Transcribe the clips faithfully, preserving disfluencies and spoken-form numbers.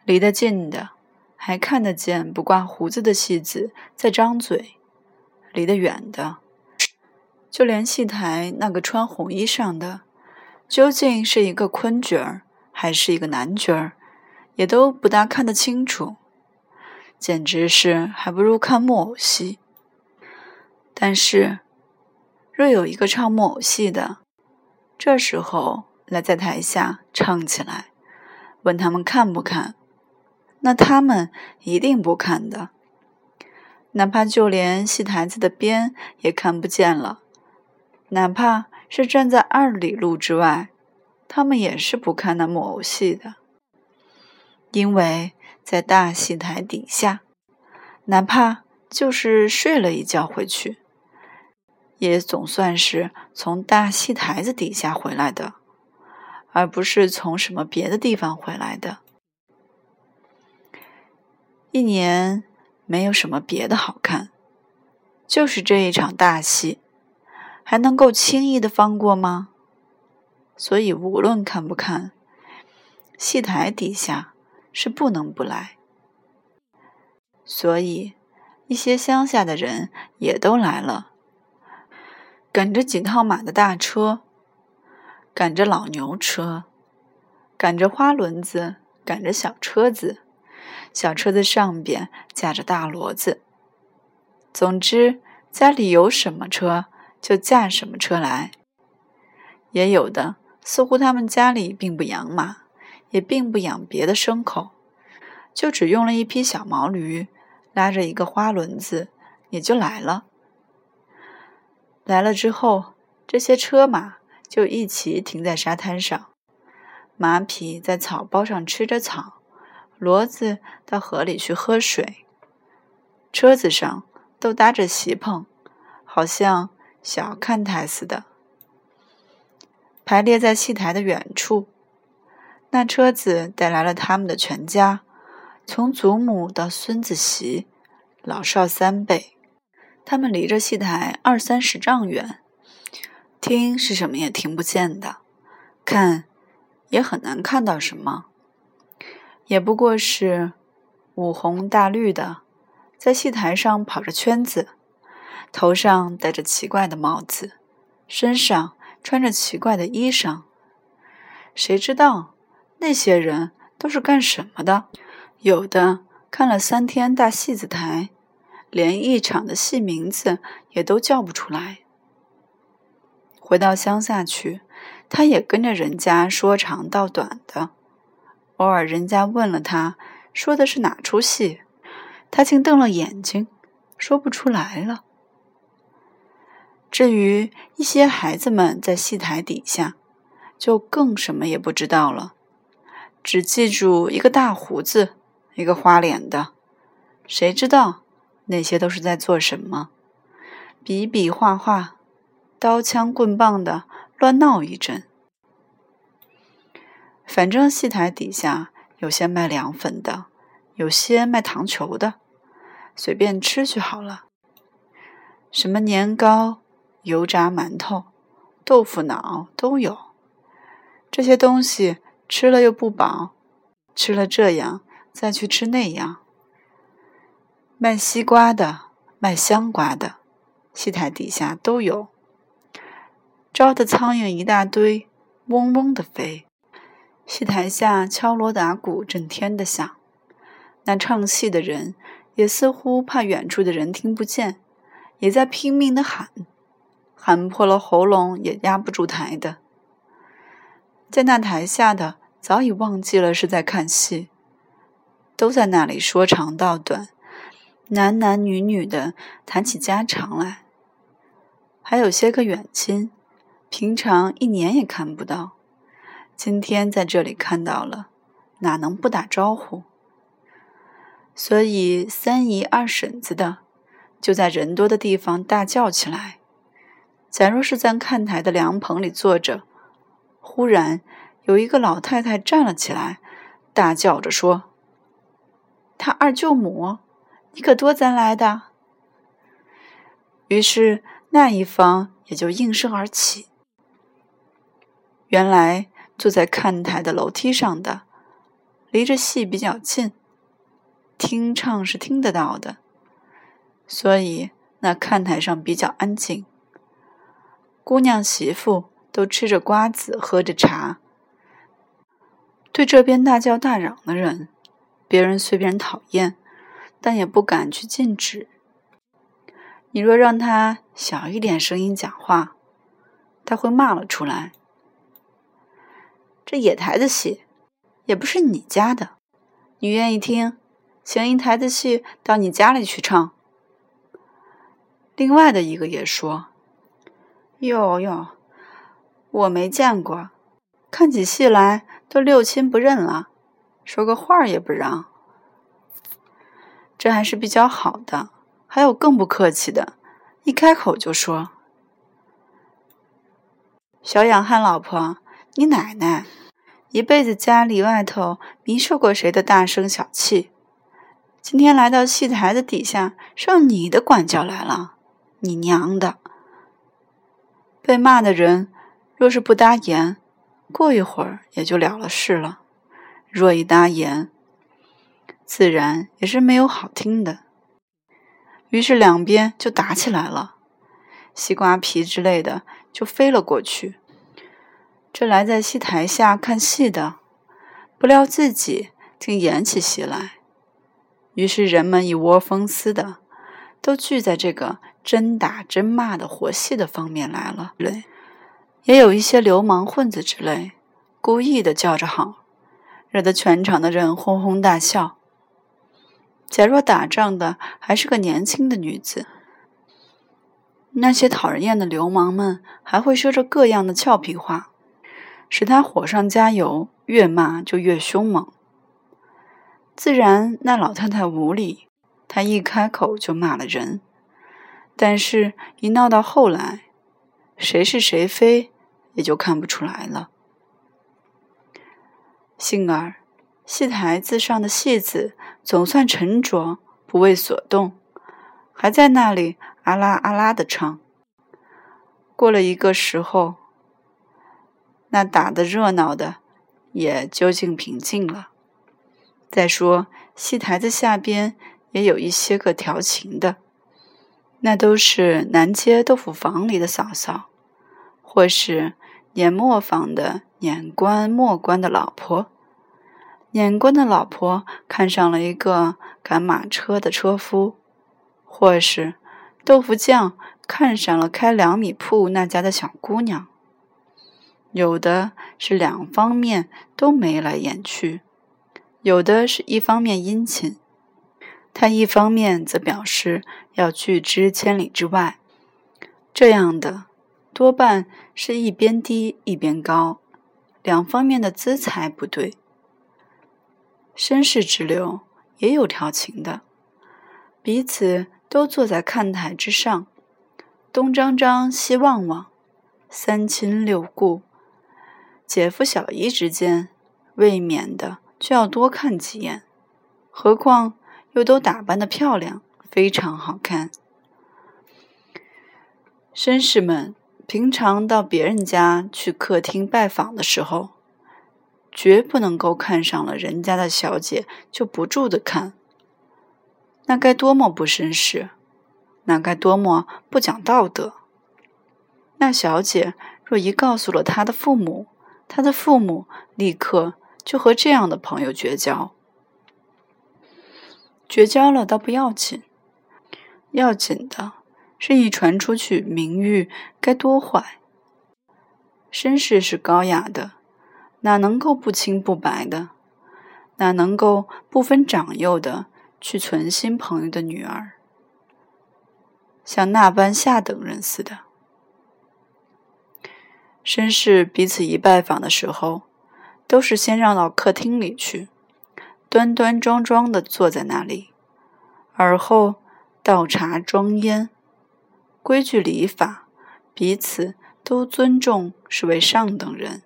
离得近的还看得见不挂胡子的戏子在张嘴，离得远的，就连戏台那个穿红衣裳的，究竟是一个昆角儿还是一个男角儿，也都不大看得清楚，简直是还不如看木偶戏。但是若有一个唱木偶戏的，这时候来在台下唱起来，问他们看不看，那他们一定不看的，哪怕就连戏台子的边也看不见了，哪怕是站在二里路之外，他们也是不看那木偶戏的。因为在大戏台底下，哪怕就是睡了一觉回去，也总算是从大戏台子底下回来的，而不是从什么别的地方回来的。一年没有什么别的好看，就是这一场大戏，还能够轻易的放过吗？所以无论看不看，戏台底下是不能不来。所以一些乡下的人也都来了，赶着几套马的大车，赶着老牛车，赶着花轮子，赶着小车子，小车子上边架着大骡子。总之，家里有什么车就驾什么车来。也有的似乎他们家里并不养马，也并不养别的牲口，就只用了一匹小毛驴，拉着一个花轮子也就来了。来了之后，这些车马就一起停在沙滩上，马匹在草包上吃着草，骡子到河里去喝水，车子上都搭着席棚，好像小看台似的。排列在戏台的远处，那车子带来了他们的全家，从祖母到孙子媳，老少三辈。他们离着戏台二三十丈远，听是什么也听不见的，看也很难看到什么，也不过是五红大绿的在戏台上跑着圈子，头上戴着奇怪的帽子，身上穿着奇怪的衣裳。谁知道那些人都是干什么的？有的看了三天大戏子台，连一场的戏名字也都叫不出来。回到乡下去，他也跟着人家说长道短的，偶尔人家问了他说的是哪出戏，他竟瞪了眼睛，说不出来了。至于一些孩子们在戏台底下，就更什么也不知道了，只记住一个大胡子，一个花脸的，谁知道那些都是在做什么？比比划划，刀枪棍棒的乱闹一阵。反正戏台底下有些卖凉粉的，有些卖糖球的，随便吃去好了。什么年糕、油炸馒头、豆腐脑都有。这些东西吃了又不饱，吃了这样再去吃那样。卖西瓜的，卖香瓜的，戏台底下都有，招的苍蝇一大堆，嗡嗡的飞。戏台下敲锣打鼓，震天的响。那唱戏的人也似乎怕远处的人听不见，也在拼命的喊，喊破了喉咙也压不住台的。在那台下的早已忘记了是在看戏，都在那里说长道短，男男女女的谈起家常来。还有些个远亲，平常一年也看不到，今天在这里看到了，哪能不打招呼？所以三姨二婶子的就在人多的地方大叫起来。假如是在看台的凉棚里坐着，忽然有一个老太太站了起来，大叫着说：“他二舅母，你可多咱来的！”于是那一方也就应声而起。原来坐在看台的楼梯上的， 离着戏比较近，听唱是听得到的，所以那看台上比较安静。姑娘媳妇都吃着瓜子，喝着茶。对这边大叫大嚷的人，别人虽然讨厌，但也不敢去禁止。你若让他小一点声音讲话，他会骂了出来。这野台子戏也不是你家的，你愿意听，请一台子戏到你家里去唱。另外的一个也说，哟哟，我没见过，看起戏来都六亲不认了，说个话也不让。这还是比较好的，还有更不客气的，一开口就说，小养汉老婆，你奶奶一辈子家里外头没受过谁的大声小气，今天来到戏台子底下受你的管教来了，你娘的！被骂的人若是不答言，过一会儿也就了了事了，若一答言，自然也是没有好听的。于是两边就打起来了，西瓜皮之类的就飞了过去。这来在戏台下看戏的，不料自己竟演起戏来，于是人们一窝蜂似的都聚在这个真打真骂的活戏的方面来了。也有一些流氓混子之类，故意的叫着好，惹得全场的人哄哄大笑。假若打仗的还是个年轻的女子，那些讨人厌的流氓们还会说着各样的俏皮话，使她火上加油，越骂就越凶猛。自然那老太太无理，她一开口就骂了人，但是一闹到后来，谁是谁非也就看不出来了。幸而戏台子上的戏子总算沉着，不为所动，还在那里啊啦啊啦的唱。过了一个时候，那打得热闹的也究竟平静了。再说戏台子下边也有一些个调情的，那都是南街豆腐坊里的嫂嫂，或是碾磨坊的碾官磨官的老婆。碾官的老婆看上了一个赶马车的车夫，或是豆腐匠看上了开两米铺那家的小姑娘。有的是两方面都眉来眼去，有的是一方面殷勤，他一方面则表示要拒之千里之外。这样的多半是一边低一边高，两方面的资财不对。绅士之流也有调情的，彼此都坐在看台之上，东张张西望望，三亲六故，姐夫小姨之间未免的就要多看几眼，何况又都打扮得漂亮，非常好看。绅士们平常到别人家去客厅拜访的时候，绝不能够看上了人家的小姐就不住地看，那该多么不绅士，那该多么不讲道德。那小姐若一告诉了她的父母，她的父母立刻就和这样的朋友绝交。绝交了倒不要紧，要紧的是一传出去，名誉该多坏。绅士是高雅的，哪能够不清不白的，哪能够不分长幼的去存心朋友的女儿，像那般下等人似的。绅士彼此一拜访的时候，都是先让到客厅里去，端端庄庄地坐在那里，而后倒茶装烟，规矩礼法，彼此都尊重，是为上等人。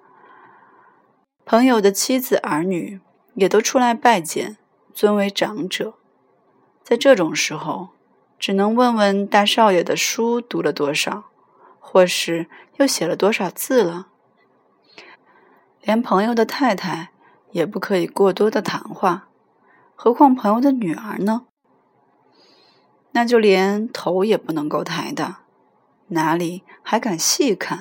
朋友的妻子儿女也都出来拜见，尊为长者。在这种时候，只能问问大少爷的书读了多少，或是又写了多少字了。连朋友的太太也不可以过多的谈话，何况朋友的女儿呢？那就连头也不能够抬的，哪里还敢细看？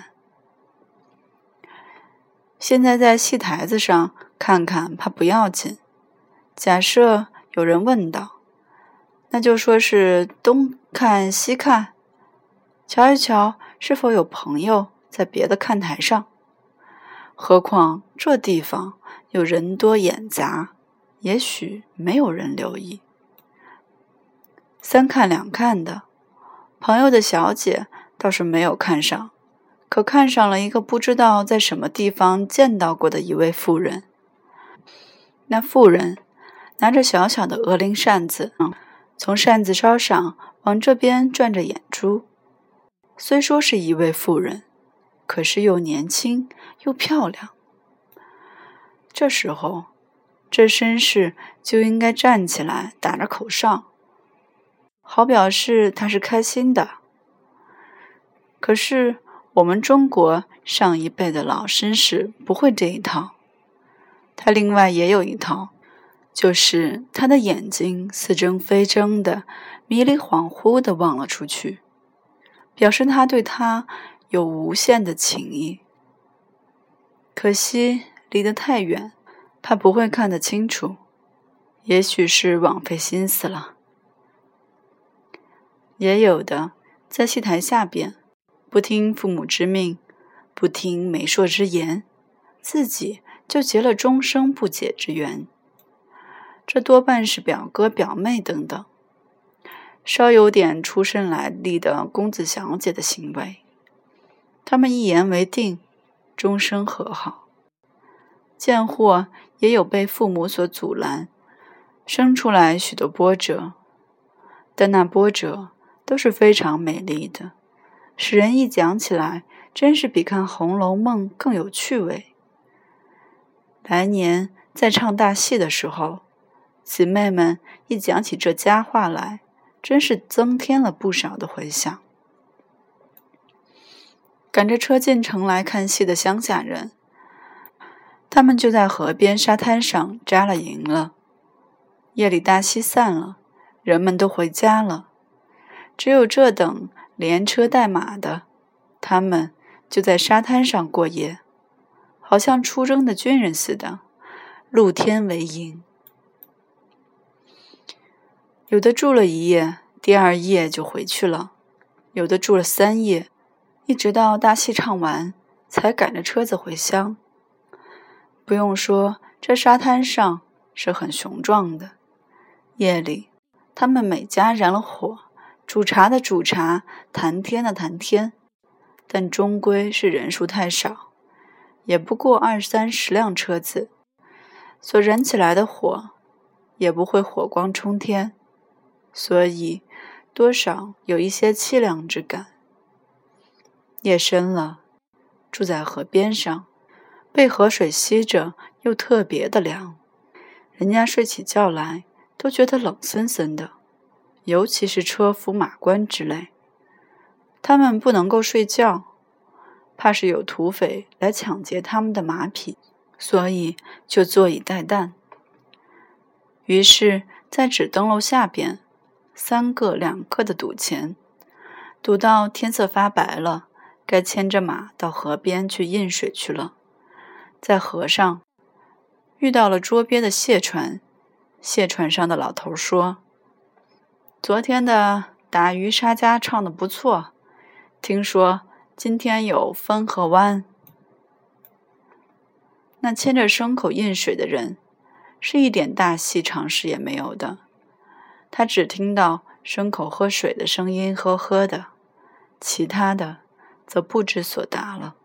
现在在戏台子上看看怕不要紧，假设有人问道，那就说是东看西看，瞧一瞧是否有朋友在别的看台上。何况这地方有人多眼杂，也许没有人留意。三看两看的，朋友的小姐倒是没有看上，可看上了一个不知道在什么地方见到过的一位妇人。那妇人拿着小小的鹅翎扇子，从扇子梢上往这边转着眼珠。虽说是一位妇人，可是又年轻又漂亮。这时候，这绅士就应该站起来打着口哨，好表示他是开心的。可是我们中国上一辈的老绅士不会这一套，他另外也有一套，就是他的眼睛似睁非睁的，迷离恍惚地望了出去，表示他对他有无限的情意。可惜离得太远，怕不会看得清楚，也许是枉费心思了。也有的在戏台下边，不听父母之命，不听媒妁之言，自己就结了终生不解之缘。这多半是表哥表妹等等，稍有点出身来历的公子小姐的行为。他们一言为定，终生和好。贱货也有被父母所阻拦，生出来许多波折，但那波折都是非常美丽的，使人一讲起来，真是比看《红楼梦》更有趣味。来年在唱大戏的时候，姊妹们一讲起这佳话来，真是增添了不少的回响。赶着车进城来看戏的乡下人，他们就在河边沙滩上扎了营了。夜里大戏散了，人们都回家了，只有这等连车带马的，他们就在沙滩上过夜，好像出征的军人似的，露天为营。有的住了一夜，第二夜就回去了，有的住了三夜，一直到大戏唱完，才赶着车子回乡。不用说，这沙滩上是很雄壮的。夜里，他们每家燃了火，煮茶的煮茶，谈天的谈天，但终归是人数太少，也不过二三十辆车子，所燃起来的火也不会火光冲天，所以多少有一些凄凉之感。夜深了，住在河边上，被河水吸着，又特别的凉，人家睡起觉来都觉得冷森森的，尤其是车夫马官之类，他们不能够睡觉，怕是有土匪来抢劫他们的马匹，所以就坐以待旦。于是在纸灯笼下边，三个两个的赌钱，赌到天色发白了，该牵着马到河边去饮水去了。在河上遇到了捉鳖的蟹船，蟹船上的老头说，昨天的打鱼杀家唱得不错，听说今天有分河湾。那牵着牲口饮水的人是一点大戏常识也没有的，他只听到牲口喝水的声音，呵呵的，其他的则不知所答了。